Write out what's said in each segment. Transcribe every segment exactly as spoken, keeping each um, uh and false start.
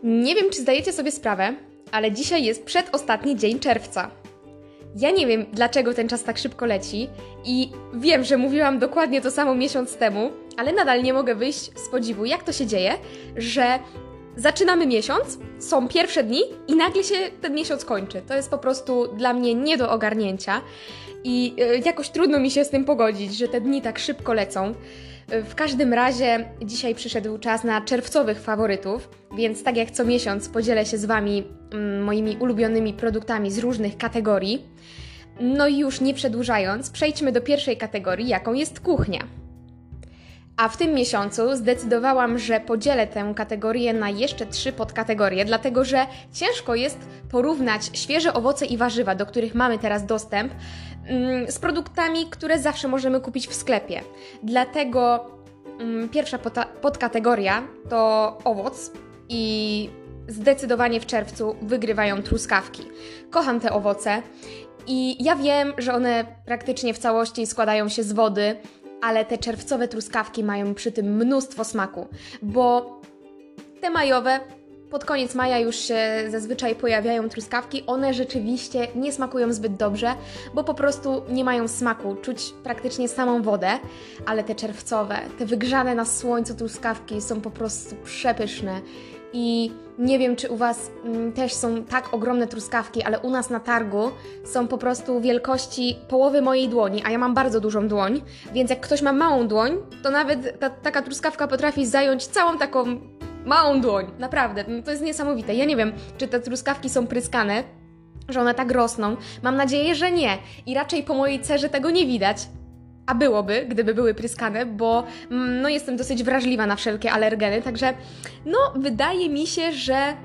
Nie wiem, czy zdajecie sobie sprawę, ale dzisiaj jest przedostatni dzień czerwca. Ja nie wiem, dlaczego ten czas tak szybko leci i wiem, że mówiłam dokładnie to samo miesiąc temu, ale nadal nie mogę wyjść z podziwu, jak to się dzieje, że zaczynamy miesiąc, są pierwsze dni i nagle się ten miesiąc kończy. To jest po prostu dla mnie nie do ogarnięcia i jakoś trudno mi się z tym pogodzić, że te dni tak szybko lecą. W każdym razie dzisiaj przyszedł czas na czerwcowych faworytów, więc tak jak co miesiąc podzielę się z Wami mm, moimi ulubionymi produktami z różnych kategorii. No i już nie przedłużając, przejdźmy do pierwszej kategorii, jaką jest kuchnia. A w tym miesiącu zdecydowałam, że podzielę tę kategorię na jeszcze trzy podkategorie, dlatego że ciężko jest porównać świeże owoce i warzywa, do których mamy teraz dostęp, z produktami, które zawsze możemy kupić w sklepie. Dlatego pierwsza podkategoria to owoc i zdecydowanie w czerwcu wygrywają truskawki. Kocham te owoce i ja wiem, że one praktycznie w całości składają się z wody, ale te czerwcowe truskawki mają przy tym mnóstwo smaku, bo te majowe, pod koniec maja już się zazwyczaj pojawiają truskawki, one rzeczywiście nie smakują zbyt dobrze, bo po prostu nie mają smaku, czuć praktycznie samą wodę, ale te czerwcowe, te wygrzane na słońcu truskawki są po prostu przepyszne. I nie wiem, czy u Was m, też są tak ogromne truskawki, ale u nas na targu są po prostu wielkości połowy mojej dłoni, a ja mam bardzo dużą dłoń, więc jak ktoś ma małą dłoń, to nawet ta, taka truskawka potrafi zająć całą taką małą dłoń. Naprawdę, to jest niesamowite. Ja nie wiem, czy te truskawki są pryskane, że one tak rosną. Mam nadzieję, że nie. I raczej po mojej cerze tego nie widać. A byłoby, gdyby były pryskane, bo no, jestem dosyć wrażliwa na wszelkie alergeny, także no wydaje mi się, że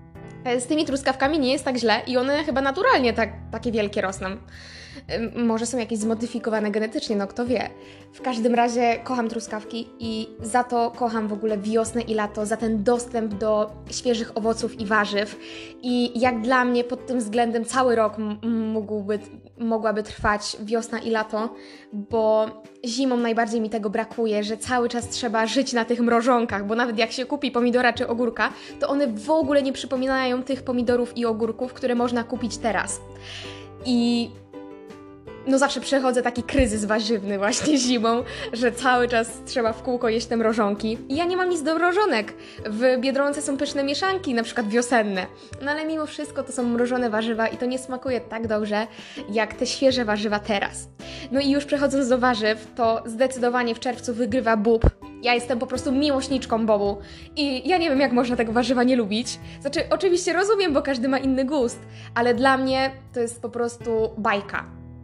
z tymi truskawkami nie jest tak źle i one chyba naturalnie tak, takie wielkie rosną. Może są jakieś zmodyfikowane genetycznie, no kto wie. W każdym razie kocham truskawki i za to kocham w ogóle wiosnę i lato, za ten dostęp do świeżych owoców i warzyw. I jak dla mnie pod tym względem cały rok mógłby, mogłaby trwać wiosna i lato, bo zimą najbardziej mi tego brakuje, że cały czas trzeba żyć na tych mrożonkach, bo nawet jak się kupi pomidora czy ogórka, to one w ogóle nie przypominają tych pomidorów i ogórków, które można kupić teraz. I no zawsze przechodzę taki kryzys warzywny właśnie zimą, że cały czas trzeba w kółko jeść te mrożonki. I ja nie mam nic do mrożonek. W Biedronce są pyszne mieszanki, na przykład wiosenne. No ale mimo wszystko to są mrożone warzywa i to nie smakuje tak dobrze, jak te świeże warzywa teraz. No i już przechodząc do warzyw, to zdecydowanie w czerwcu wygrywa bób. Ja jestem po prostu miłośniczką bobu i ja nie wiem, jak można tego warzywa nie lubić. Znaczy, oczywiście rozumiem, bo każdy ma inny gust, ale dla mnie to jest po prostu bajka.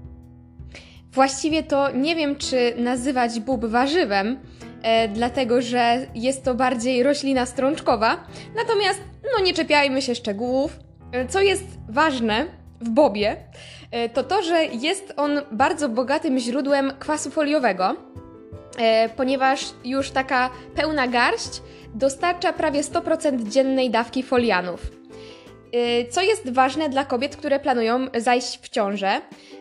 Właściwie to nie wiem, czy nazywać bób warzywem, e, dlatego że jest to bardziej roślina strączkowa. Natomiast, no nie czepiajmy się szczegółów. E, co jest ważne w bobie, e, to to, że jest on bardzo bogatym źródłem kwasu foliowego, e, ponieważ już taka pełna garść dostarcza prawie sto procent dziennej dawki folianów. Co jest ważne dla kobiet, które planują zajść w ciążę,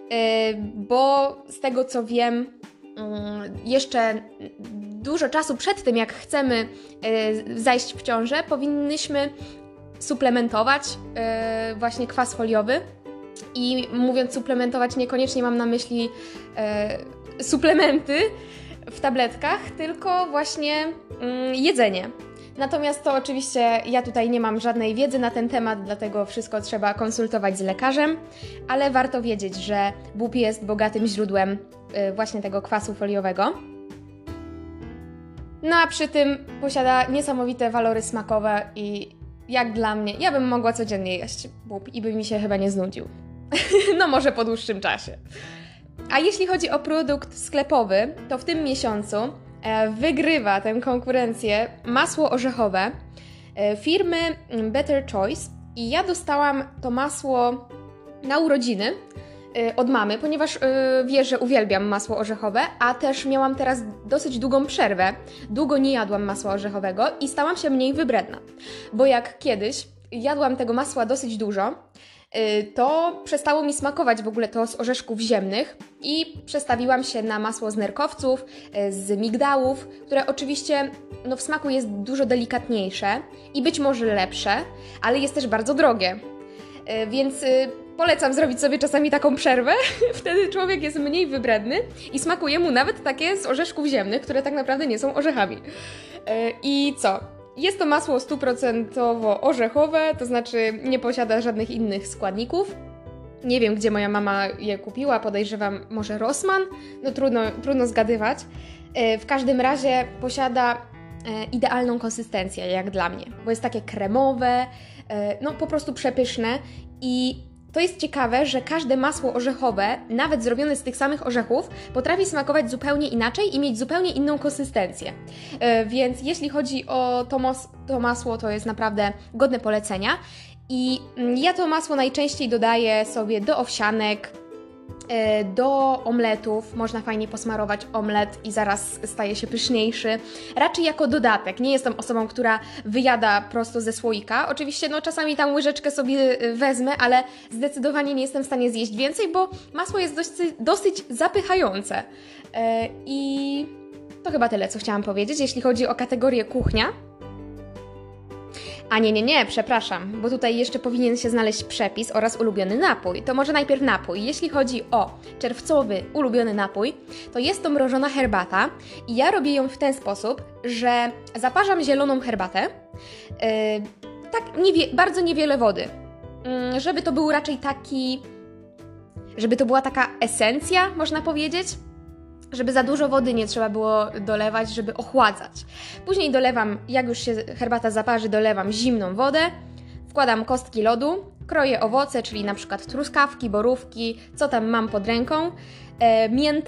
bo z tego co wiem, jeszcze dużo czasu przed tym, jak chcemy zajść w ciążę, powinnyśmy suplementować właśnie kwas foliowy. I mówiąc suplementować, niekoniecznie mam na myśli suplementy w tabletkach, tylko właśnie jedzenie. Natomiast to oczywiście ja tutaj nie mam żadnej wiedzy na ten temat, dlatego wszystko trzeba konsultować z lekarzem, ale warto wiedzieć, że bób jest bogatym źródłem właśnie tego kwasu foliowego. No a przy tym posiada niesamowite walory smakowe i jak dla mnie, ja bym mogła codziennie jeść bób i by mi się chyba nie znudził. No może po dłuższym czasie. A jeśli chodzi o produkt sklepowy, to w tym miesiącu wygrywa tę konkurencję masło orzechowe firmy Better Choice i ja dostałam to masło na urodziny od mamy, ponieważ wie, że uwielbiam masło orzechowe, a też miałam teraz dosyć długą przerwę. Długo nie jadłam masła orzechowego i stałam się mniej wybredna, bo jak kiedyś jadłam tego masła dosyć dużo, to przestało mi smakować w ogóle to z orzeszków ziemnych i przestawiłam się na masło z nerkowców, z migdałów, które oczywiście no, w smaku jest dużo delikatniejsze i być może lepsze, ale jest też bardzo drogie. Więc polecam zrobić sobie czasami taką przerwę, wtedy człowiek jest mniej wybredny i smakuje mu nawet takie z orzeszków ziemnych, które tak naprawdę nie są orzechami. I co? Jest to masło sto procent orzechowe, to znaczy nie posiada żadnych innych składników. Nie wiem, gdzie moja mama je kupiła, podejrzewam może Rossmann, no trudno, trudno zgadywać. W każdym razie posiada idealną konsystencję, jak dla mnie, bo jest takie kremowe, no po prostu przepyszne i to jest ciekawe, że każde masło orzechowe, nawet zrobione z tych samych orzechów, potrafi smakować zupełnie inaczej i mieć zupełnie inną konsystencję. Yy, więc jeśli chodzi o to, mos- to masło, to jest naprawdę godne polecenia. I yy, ja to masło najczęściej dodaję sobie do owsianek, yy, do omletów. Można fajnie posmarować omlet i zaraz staje się pyszniejszy. Raczej jako dodatek. Nie jestem osobą, która wyjada prosto ze słoika. Oczywiście no czasami tam łyżeczkę sobie wezmę, ale zdecydowanie nie jestem w stanie zjeść więcej, bo masło jest dosyć, dosyć zapychające. Yy, I to chyba tyle, co chciałam powiedzieć, jeśli chodzi o kategorię kuchnia. A nie, nie, nie, przepraszam, bo tutaj jeszcze powinien się znaleźć przepis oraz ulubiony napój. To może najpierw napój. Jeśli chodzi o czerwcowy ulubiony napój, to jest to mrożona herbata i ja robię ją w ten sposób, że zaparzam zieloną herbatę, yy, tak niewie- bardzo niewiele wody, yy, żeby to był raczej taki, żeby to była taka esencja, można powiedzieć. Żeby za dużo wody nie trzeba było dolewać, żeby ochładzać. Później dolewam, jak już się herbata zaparzy, dolewam zimną wodę, wkładam kostki lodu, kroję owoce, czyli na przykład truskawki, borówki, co tam mam pod ręką, e, miętę,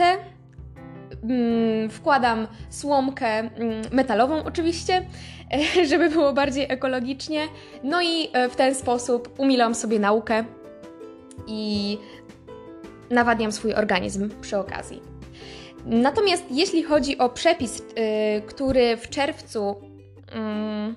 mm, wkładam słomkę mm, metalową oczywiście, e, żeby było bardziej ekologicznie, no i e, w ten sposób umilam sobie naukę i nawadniam swój organizm przy okazji. Natomiast jeśli chodzi o przepis, yy, który w czerwcu yy,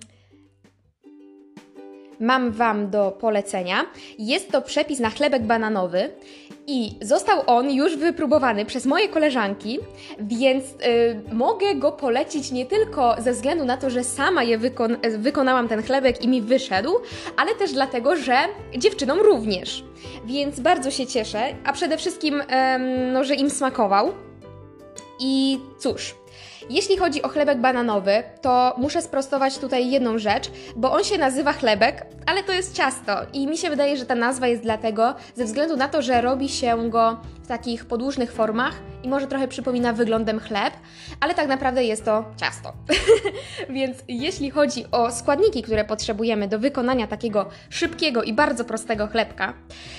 mam Wam do polecenia, jest to przepis na chlebek bananowy i został on już wypróbowany przez moje koleżanki, więc yy, mogę go polecić nie tylko ze względu na to, że sama je wykon- wykonałam ten chlebek i mi wyszedł, ale też dlatego, że dziewczynom również. Więc bardzo się cieszę, a przede wszystkim, yy, no, że im smakował. I cóż, jeśli chodzi o chlebek bananowy, to muszę sprostować tutaj jedną rzecz, bo on się nazywa chlebek, ale to jest ciasto i mi się wydaje, że ta nazwa jest dlatego, ze względu na to, że robi się go w takich podłużnych formach i może trochę przypomina wyglądem chleb, ale tak naprawdę jest to ciasto. Więc jeśli chodzi o składniki, które potrzebujemy do wykonania takiego szybkiego i bardzo prostego chlebka,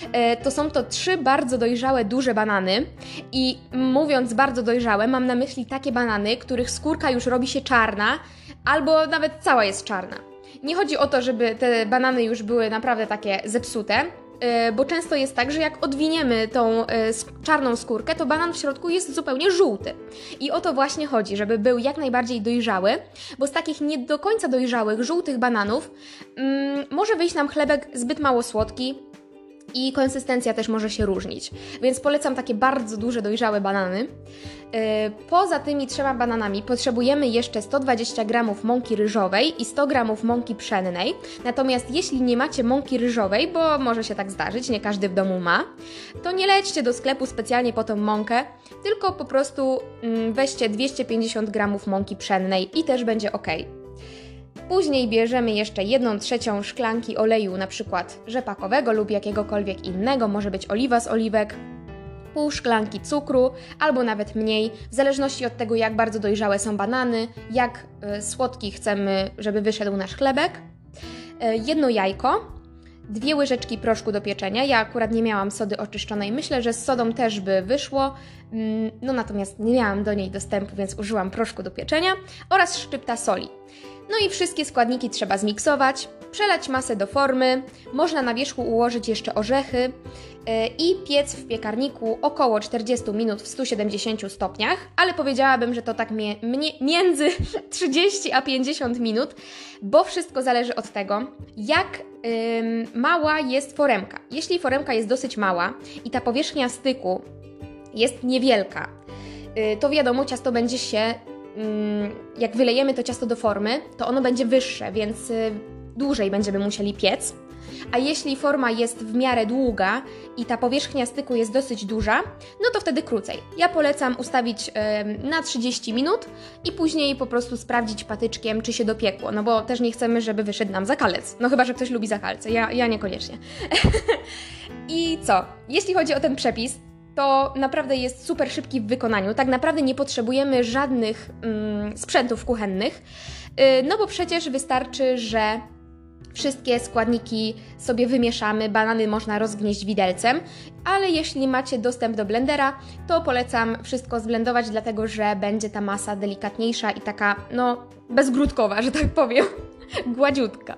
to są to trzy bardzo dojrzałe, duże banany i mówiąc bardzo dojrzałe, mam na myśli takie banany, których skórka już robi się czarna albo nawet cała jest czarna. Nie chodzi o to, żeby te banany już były naprawdę takie zepsute, bo często jest tak, że jak odwiniemy tą czarną skórkę, to banan w środku jest zupełnie żółty. I o to właśnie chodzi, żeby był jak najbardziej dojrzały, bo z takich nie do końca dojrzałych, żółtych bananów mm, może wyjść nam chlebek zbyt mało słodki i konsystencja też może się różnić. Więc polecam takie bardzo duże, dojrzałe banany. Yy, poza tymi trzema bananami potrzebujemy jeszcze sto dwadzieścia gramów mąki ryżowej i sto gramów mąki pszennej. Natomiast jeśli nie macie mąki ryżowej, bo może się tak zdarzyć, nie każdy w domu ma, to nie lećcie do sklepu specjalnie po tą mąkę, tylko po prostu yy, weźcie dwieście pięćdziesiąt gramów mąki pszennej i też będzie ok. Później bierzemy jeszcze jedną trzecią szklanki oleju, na przykład rzepakowego lub jakiegokolwiek innego, może być oliwa z oliwek, pół szklanki cukru albo nawet mniej, w zależności od tego, jak bardzo dojrzałe są banany, jak y, słodki chcemy, żeby wyszedł nasz chlebek, y, jedno jajko, dwie łyżeczki proszku do pieczenia. Ja akurat nie miałam sody oczyszczonej, myślę, że z sodą też by wyszło, mm, no natomiast nie miałam do niej dostępu, więc użyłam proszku do pieczenia oraz szczypta soli. No i wszystkie składniki trzeba zmiksować, przelać masę do formy, można na wierzchu ułożyć jeszcze orzechy yy, i piec w piekarniku około czterdzieści minut w stu siedemdziesięciu stopniach, ale powiedziałabym, że to tak mie- mnie- między trzydzieści a pięćdziesiąt minut, bo wszystko zależy od tego, jak ym, mała jest foremka. Jeśli foremka jest dosyć mała i ta powierzchnia styku jest niewielka, yy, to wiadomo, ciasto będzie się, yy, jak wylejemy to ciasto do formy, to ono będzie wyższe, więc yy, dłużej będziemy musieli piec. A jeśli forma jest w miarę długa i ta powierzchnia styku jest dosyć duża, no to wtedy krócej. Ja polecam ustawić yy, na trzydzieści minut i później po prostu sprawdzić patyczkiem, czy się dopiekło, no bo też nie chcemy, żeby wyszedł nam zakalec. No chyba, że ktoś lubi zakalce, ja, ja niekoniecznie. I co? Jeśli chodzi o ten przepis, to naprawdę jest super szybki w wykonaniu. Tak naprawdę nie potrzebujemy żadnych mm, sprzętów kuchennych, yy, no bo przecież wystarczy, że wszystkie składniki sobie wymieszamy, banany można rozgnieść widelcem, ale jeśli macie dostęp do blendera, to polecam wszystko zblendować, dlatego że będzie ta masa delikatniejsza i taka, no, bezgrudkowa, że tak powiem, gładziutka.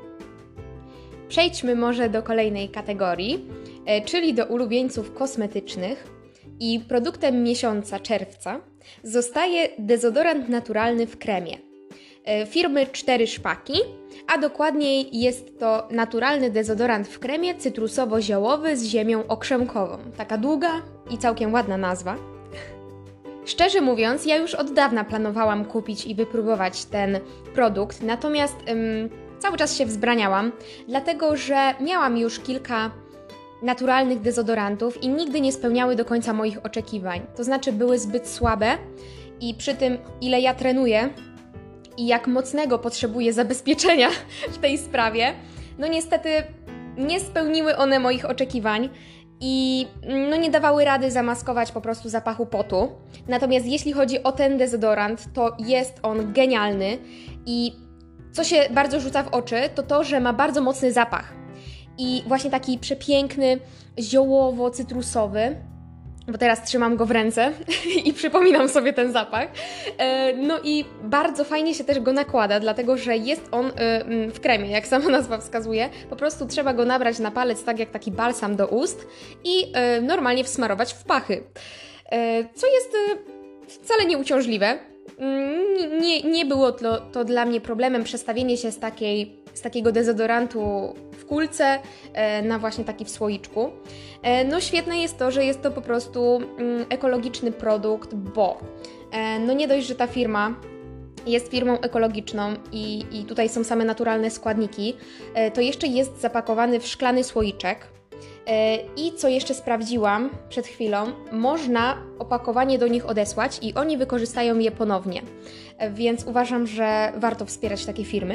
Przejdźmy może do kolejnej kategorii, czyli do ulubieńców kosmetycznych. I produktem miesiąca czerwca zostaje dezodorant naturalny w kremie firmy Cztery Szpaki, a dokładniej jest to naturalny dezodorant w kremie cytrusowo-ziołowy z ziemią okrzemkową. Taka długa i całkiem ładna nazwa. Szczerze mówiąc, ja już od dawna planowałam kupić i wypróbować ten produkt, natomiast ym, cały czas się wzbraniałam, dlatego że miałam już kilka naturalnych dezodorantów i nigdy nie spełniały do końca moich oczekiwań. To znaczy były zbyt słabe i przy tym, ile ja trenuję i jak mocnego potrzebuję zabezpieczenia w tej sprawie, no niestety nie spełniły one moich oczekiwań i no nie dawały rady zamaskować po prostu zapachu potu. Natomiast jeśli chodzi o ten dezodorant, to jest on genialny i co się bardzo rzuca w oczy, to to, że ma bardzo mocny zapach. I właśnie taki przepiękny, ziołowo-cytrusowy, bo teraz trzymam go w ręce i przypominam sobie ten zapach. No i bardzo fajnie się też go nakłada, dlatego że jest on w kremie, jak sama nazwa wskazuje. Po prostu trzeba go nabrać na palec, tak jak taki balsam do ust i normalnie wsmarować w pachy. Co jest wcale nieuciążliwe. Nie, nie było to, to dla mnie problemem przestawienie się z, takiej, z takiego dezodorantu w kulce na właśnie taki w słoiczku. No świetne jest to, że jest to po prostu ekologiczny produkt, bo no nie dość, że ta firma jest firmą ekologiczną i, i tutaj są same naturalne składniki, to jeszcze jest zapakowany w szklany słoiczek. I co jeszcze sprawdziłam przed chwilą, można opakowanie do nich odesłać i oni wykorzystają je ponownie. Więc uważam, że warto wspierać takie firmy.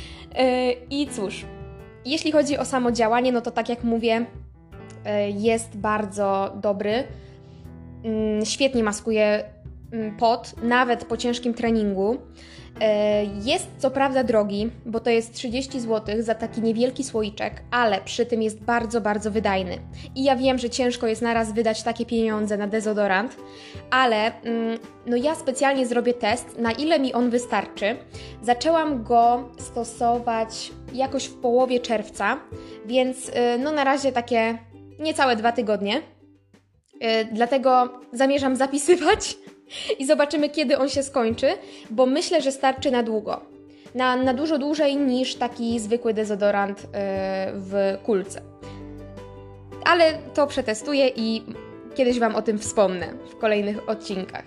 I cóż, jeśli chodzi o samo działanie, no to tak jak mówię, jest bardzo dobry. Świetnie maskuje pot, nawet po ciężkim treningu. Jest co prawda drogi, bo to jest trzydzieści złotych za taki niewielki słoiczek, ale przy tym jest bardzo, bardzo wydajny. I ja wiem, że ciężko jest naraz wydać takie pieniądze na dezodorant, ale no ja specjalnie zrobię test, na ile mi on wystarczy. Zaczęłam go stosować jakoś w połowie czerwca, więc no na razie takie niecałe dwa tygodnie. Dlatego zamierzam zapisywać i zobaczymy, kiedy on się skończy, bo myślę, że starczy na długo. Na, na dużo dłużej niż taki zwykły dezodorant yy, w kulce. Ale to przetestuję i kiedyś Wam o tym wspomnę w kolejnych odcinkach.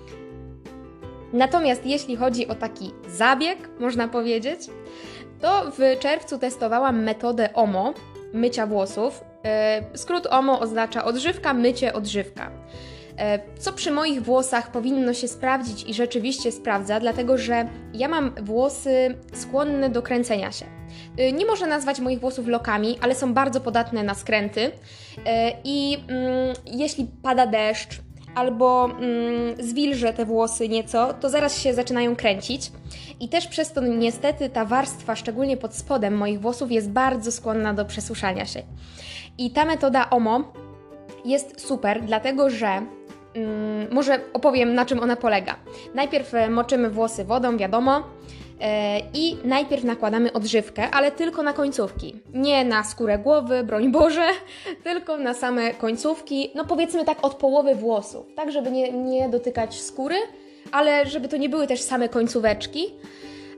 Natomiast jeśli chodzi o taki zabieg, można powiedzieć, to w czerwcu testowałam metodę O M O, mycia włosów. Yy, skrót O M O oznacza odżywka, mycie, odżywka. Co przy moich włosach powinno się sprawdzić i rzeczywiście sprawdza, dlatego że ja mam włosy skłonne do kręcenia się. Nie można nazwać moich włosów lokami, ale są bardzo podatne na skręty i mm, jeśli pada deszcz albo mm, zwilżę te włosy nieco, to zaraz się zaczynają kręcić i też przez to niestety ta warstwa, szczególnie pod spodem moich włosów, jest bardzo skłonna do przesuszania się. I ta metoda O M O jest super, dlatego że Hmm, może opowiem, na czym ona polega. Najpierw moczymy włosy wodą, wiadomo, yy, i najpierw nakładamy odżywkę, ale tylko na końcówki. Nie na skórę głowy, broń Boże, tylko na same końcówki, no powiedzmy tak od połowy włosów, tak żeby nie, nie dotykać skóry, ale żeby to nie były też same końcóweczki.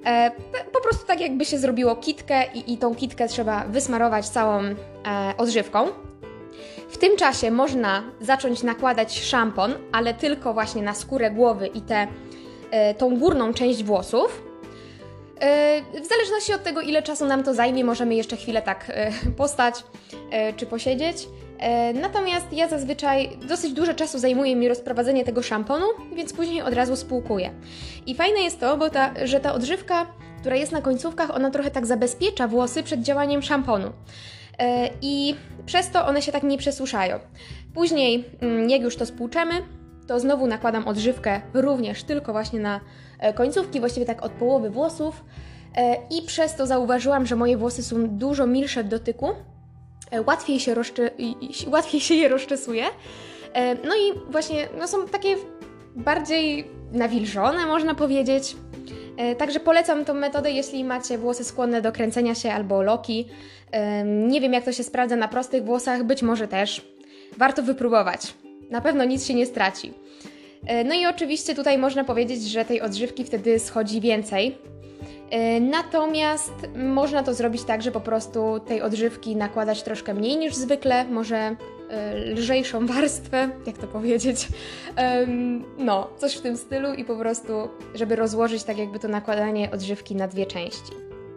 E, po prostu tak jakby się zrobiło kitkę i, i tą kitkę trzeba wysmarować całą e, odżywką. W tym czasie można zacząć nakładać szampon, ale tylko właśnie na skórę głowy i tę e, tą górną część włosów. E, w zależności od tego, ile czasu nam to zajmie, możemy jeszcze chwilę tak e, postać e, czy posiedzieć. E, natomiast ja zazwyczaj dosyć dużo czasu zajmuje mi rozprowadzenie tego szamponu, więc później od razu spłukuję. I fajne jest to, bo ta, że ta odżywka, która jest na końcówkach, ona trochę tak zabezpiecza włosy przed działaniem szamponu. E, I przez to one się tak nie przesuszają. Później, jak już to spłuczemy, to znowu nakładam odżywkę również tylko właśnie na końcówki, właściwie tak od połowy włosów. E, I przez to zauważyłam, że moje włosy są dużo milsze w dotyku. Łatwiej się, rozczy... łatwiej się je rozczesuje. No i właśnie no są takie bardziej nawilżone, można powiedzieć. Także polecam tą metodę, jeśli macie włosy skłonne do kręcenia się albo loki. Nie wiem, jak to się sprawdza na prostych włosach, być może też. Warto wypróbować. Na pewno nic się nie straci. No i oczywiście tutaj można powiedzieć, że tej odżywki wtedy schodzi więcej. Natomiast można to zrobić tak, że po prostu tej odżywki nakładać troszkę mniej niż zwykle, może lżejszą warstwę, jak to powiedzieć, no, coś w tym stylu i po prostu, żeby rozłożyć tak jakby to nakładanie odżywki na dwie części.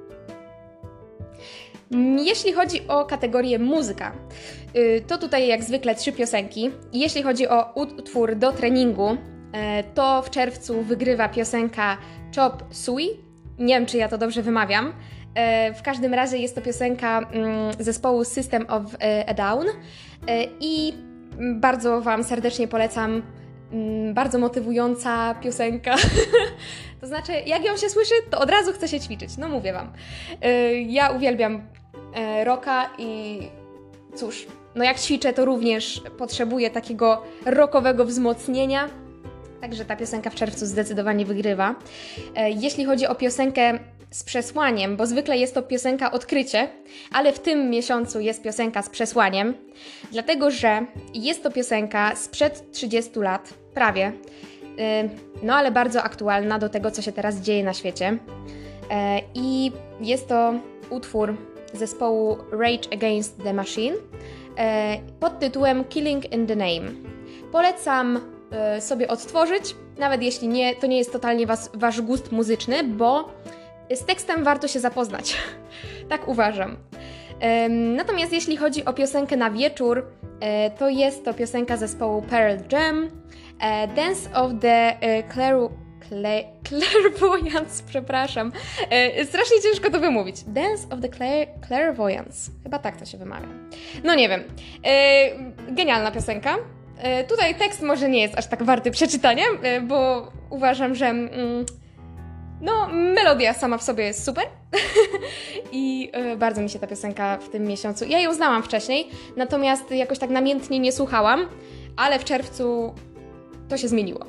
Jeśli chodzi o kategorię muzyka, to tutaj jak zwykle trzy piosenki. Jeśli chodzi o utwór do treningu, to w czerwcu wygrywa piosenka Chop Suey. Nie wiem, czy ja to dobrze wymawiam. W każdym razie jest to piosenka zespołu System of a Down i bardzo Wam serdecznie polecam. Bardzo motywująca piosenka. To znaczy, jak ją się słyszy, to od razu chce się ćwiczyć. No mówię Wam. Ja uwielbiam rocka i cóż, no jak ćwiczę, to również potrzebuję takiego rockowego wzmocnienia. Także ta piosenka w czerwcu zdecydowanie wygrywa. Jeśli chodzi o piosenkę z przesłaniem, bo zwykle jest to piosenka odkrycie, ale w tym miesiącu jest piosenka z przesłaniem, dlatego że jest to piosenka sprzed trzydziestu lat, prawie, no ale bardzo aktualna do tego, co się teraz dzieje na świecie. I jest to utwór zespołu Rage Against the Machine pod tytułem Killing in the Name. Polecam sobie odtworzyć, nawet jeśli nie, to nie jest totalnie was, wasz gust muzyczny, bo z tekstem warto się zapoznać. Tak uważam. Natomiast jeśli chodzi o piosenkę na wieczór, to jest to piosenka zespołu Pearl Jam, Dance of the Clair... Clair... Clairvoyance, przepraszam. Strasznie ciężko to wymówić. Dance of the Clair... Clairvoyance. Chyba tak to się wymawia. No nie wiem. Genialna piosenka. Tutaj tekst może nie jest aż tak warty przeczytania, bo uważam, że no, melodia sama w sobie jest super i bardzo mi się ta piosenka w tym miesiącu, ja ją znałam wcześniej, natomiast jakoś tak namiętnie nie słuchałam, ale w czerwcu to się zmieniło.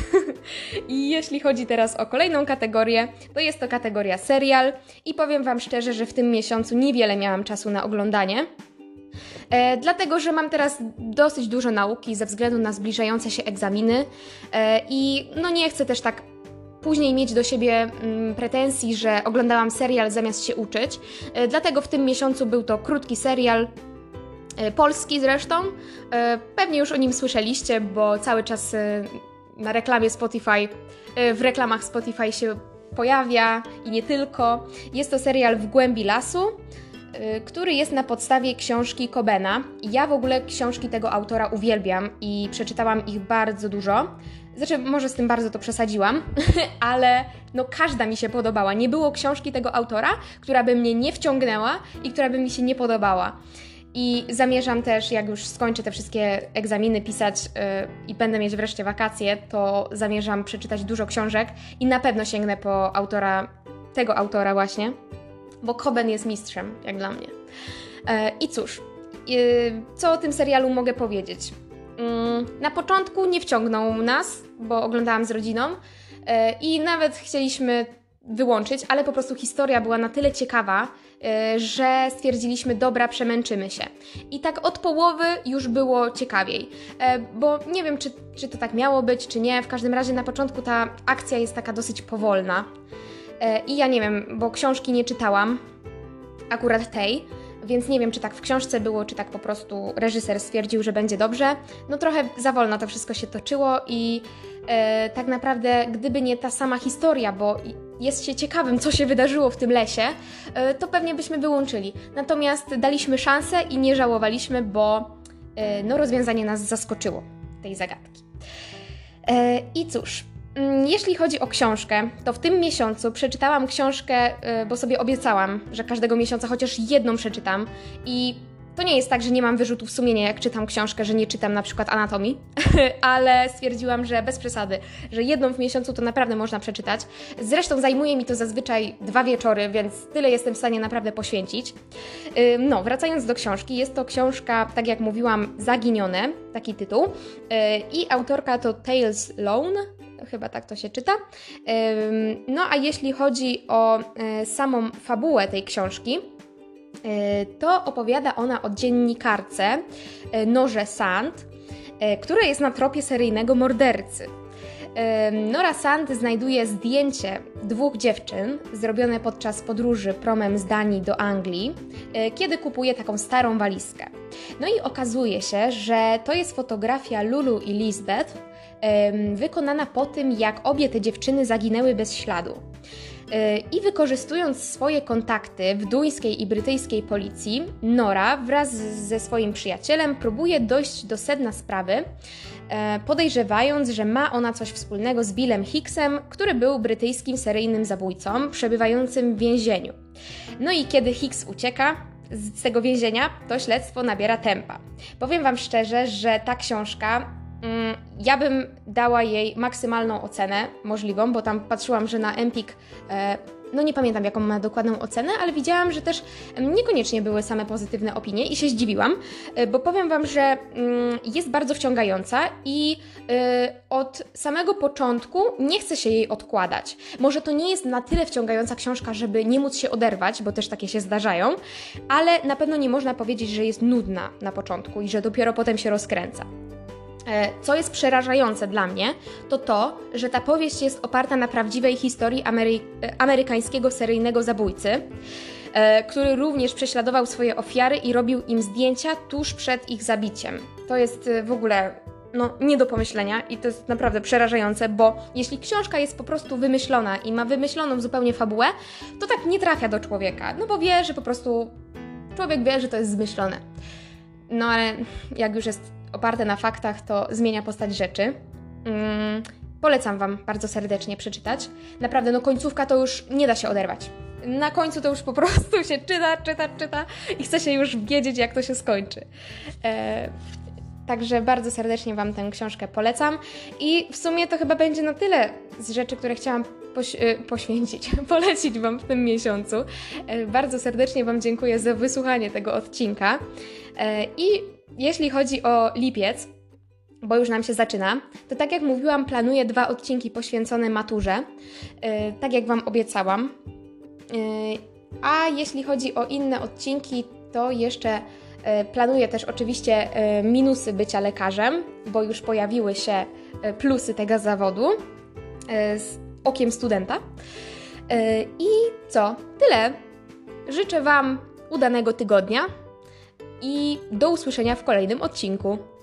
I jeśli chodzi teraz o kolejną kategorię, to jest to kategoria serial i powiem Wam szczerze, że w tym miesiącu niewiele miałam czasu na oglądanie. E, dlatego, że mam teraz dosyć dużo nauki ze względu na zbliżające się egzaminy e, i no nie chcę też tak później mieć do siebie mm, pretensji, że oglądałam serial zamiast się uczyć. E, dlatego w tym miesiącu był to krótki serial, e, polski zresztą. E, pewnie już o nim słyszeliście, bo cały czas e, na reklamie Spotify, e, w reklamach Spotify się pojawia i nie tylko. Jest to serial W głębi lasu, który jest na podstawie książki Cobena. Ja w ogóle książki tego autora uwielbiam i przeczytałam ich bardzo dużo. Znaczy, może z tym bardzo to przesadziłam, ale no każda mi się podobała. Nie było książki tego autora, która by mnie nie wciągnęła i która by mi się nie podobała. I zamierzam też, jak już skończę te wszystkie egzaminy pisać yy, i będę mieć wreszcie wakacje, to zamierzam przeczytać dużo książek i na pewno sięgnę po autora, tego autora właśnie, bo Coben jest mistrzem, jak dla mnie. E, I cóż, e, co o tym serialu mogę powiedzieć? Mm, na początku nie wciągnął nas, bo oglądałam z rodziną e, i nawet chcieliśmy wyłączyć, ale po prostu historia była na tyle ciekawa, e, że stwierdziliśmy, dobra, przemęczymy się. I tak od połowy już było ciekawiej, e, bo nie wiem, czy, czy to tak miało być, czy nie. W każdym razie na początku ta akcja jest taka dosyć powolna. I ja nie wiem, bo książki nie czytałam, akurat tej, więc nie wiem, czy tak w książce było, czy tak po prostu reżyser stwierdził, że będzie dobrze. No trochę za wolno to wszystko się toczyło i e, tak naprawdę, gdyby nie ta sama historia, bo jest się ciekawym, co się wydarzyło w tym lesie, e, to pewnie byśmy wyłączyli. Natomiast daliśmy szansę i nie żałowaliśmy, bo e, no, rozwiązanie nas zaskoczyło, tej zagadki. E, I cóż... Jeśli chodzi o książkę, to w tym miesiącu przeczytałam książkę, bo sobie obiecałam, że każdego miesiąca chociaż jedną przeczytam i to nie jest tak, że nie mam wyrzutów sumienia, jak czytam książkę, że nie czytam na przykład anatomii, ale stwierdziłam, że bez przesady, że jedną w miesiącu to naprawdę można przeczytać. Zresztą zajmuje mi to zazwyczaj dwa wieczory, więc tyle jestem w stanie naprawdę poświęcić. No, wracając do książki, jest to książka, tak jak mówiłam, Zaginione, taki tytuł i autorka to Tales Lone, chyba tak to się czyta. No a jeśli chodzi o samą fabułę tej książki, to opowiada ona o dziennikarce Norze Sand, która jest na tropie seryjnego mordercy. Nora Sand znajduje zdjęcie dwóch dziewczyn zrobione podczas podróży promem z Danii do Anglii, kiedy kupuje taką starą walizkę. No i okazuje się, że to jest fotografia Lulu i Lisbeth, wykonana po tym, jak obie te dziewczyny zaginęły bez śladu. I wykorzystując swoje kontakty w duńskiej i brytyjskiej policji, Nora wraz ze swoim przyjacielem próbuje dojść do sedna sprawy, podejrzewając, że ma ona coś wspólnego z Billem Hicksem, który był brytyjskim seryjnym zabójcą przebywającym w więzieniu. No i kiedy Hicks ucieka z tego więzienia, to śledztwo nabiera tempa. Powiem Wam szczerze, że ta książka, ja bym dała jej maksymalną ocenę możliwą, bo tam patrzyłam, że na Empik, no nie pamiętam jaką ma dokładną ocenę, ale widziałam, że też niekoniecznie były same pozytywne opinie i się zdziwiłam, bo powiem Wam, że jest bardzo wciągająca i od samego początku nie chce się jej odkładać. Może to nie jest na tyle wciągająca książka, żeby nie móc się oderwać, bo też takie się zdarzają, ale na pewno nie można powiedzieć, że jest nudna na początku i że dopiero potem się rozkręca. Co jest przerażające dla mnie, to to, że ta powieść jest oparta na prawdziwej historii Amery- amerykańskiego seryjnego zabójcy, e, który również prześladował swoje ofiary i robił im zdjęcia tuż przed ich zabiciem. To jest w ogóle no, nie do pomyślenia i to jest naprawdę przerażające, bo jeśli książka jest po prostu wymyślona i ma wymyśloną zupełnie fabułę, to tak nie trafia do człowieka, no bo wie, że po prostu człowiek wie, że to jest zmyślone. No ale jak już jest oparte na faktach, to zmienia postać rzeczy. Mm, polecam Wam bardzo serdecznie przeczytać. Naprawdę, no końcówka to już nie da się oderwać. Na końcu to już po prostu się czyta, czyta, czyta i chce się już wiedzieć, jak to się skończy. E, także bardzo serdecznie Wam tę książkę polecam i w sumie to chyba będzie na tyle z rzeczy, które chciałam poś- poświęcić, polecić Wam w tym miesiącu. E, bardzo serdecznie Wam dziękuję za wysłuchanie tego odcinka e, i jeśli chodzi o lipiec, bo już nam się zaczyna, to tak jak mówiłam, planuję dwa odcinki poświęcone maturze, yy, tak jak Wam obiecałam. Yy, a jeśli chodzi o inne odcinki, to jeszcze yy, planuję też oczywiście yy, minusy bycia lekarzem, bo już pojawiły się yy, plusy tego zawodu yy, z okiem studenta. Yy, I co? Tyle. Życzę Wam udanego tygodnia i do usłyszenia w kolejnym odcinku.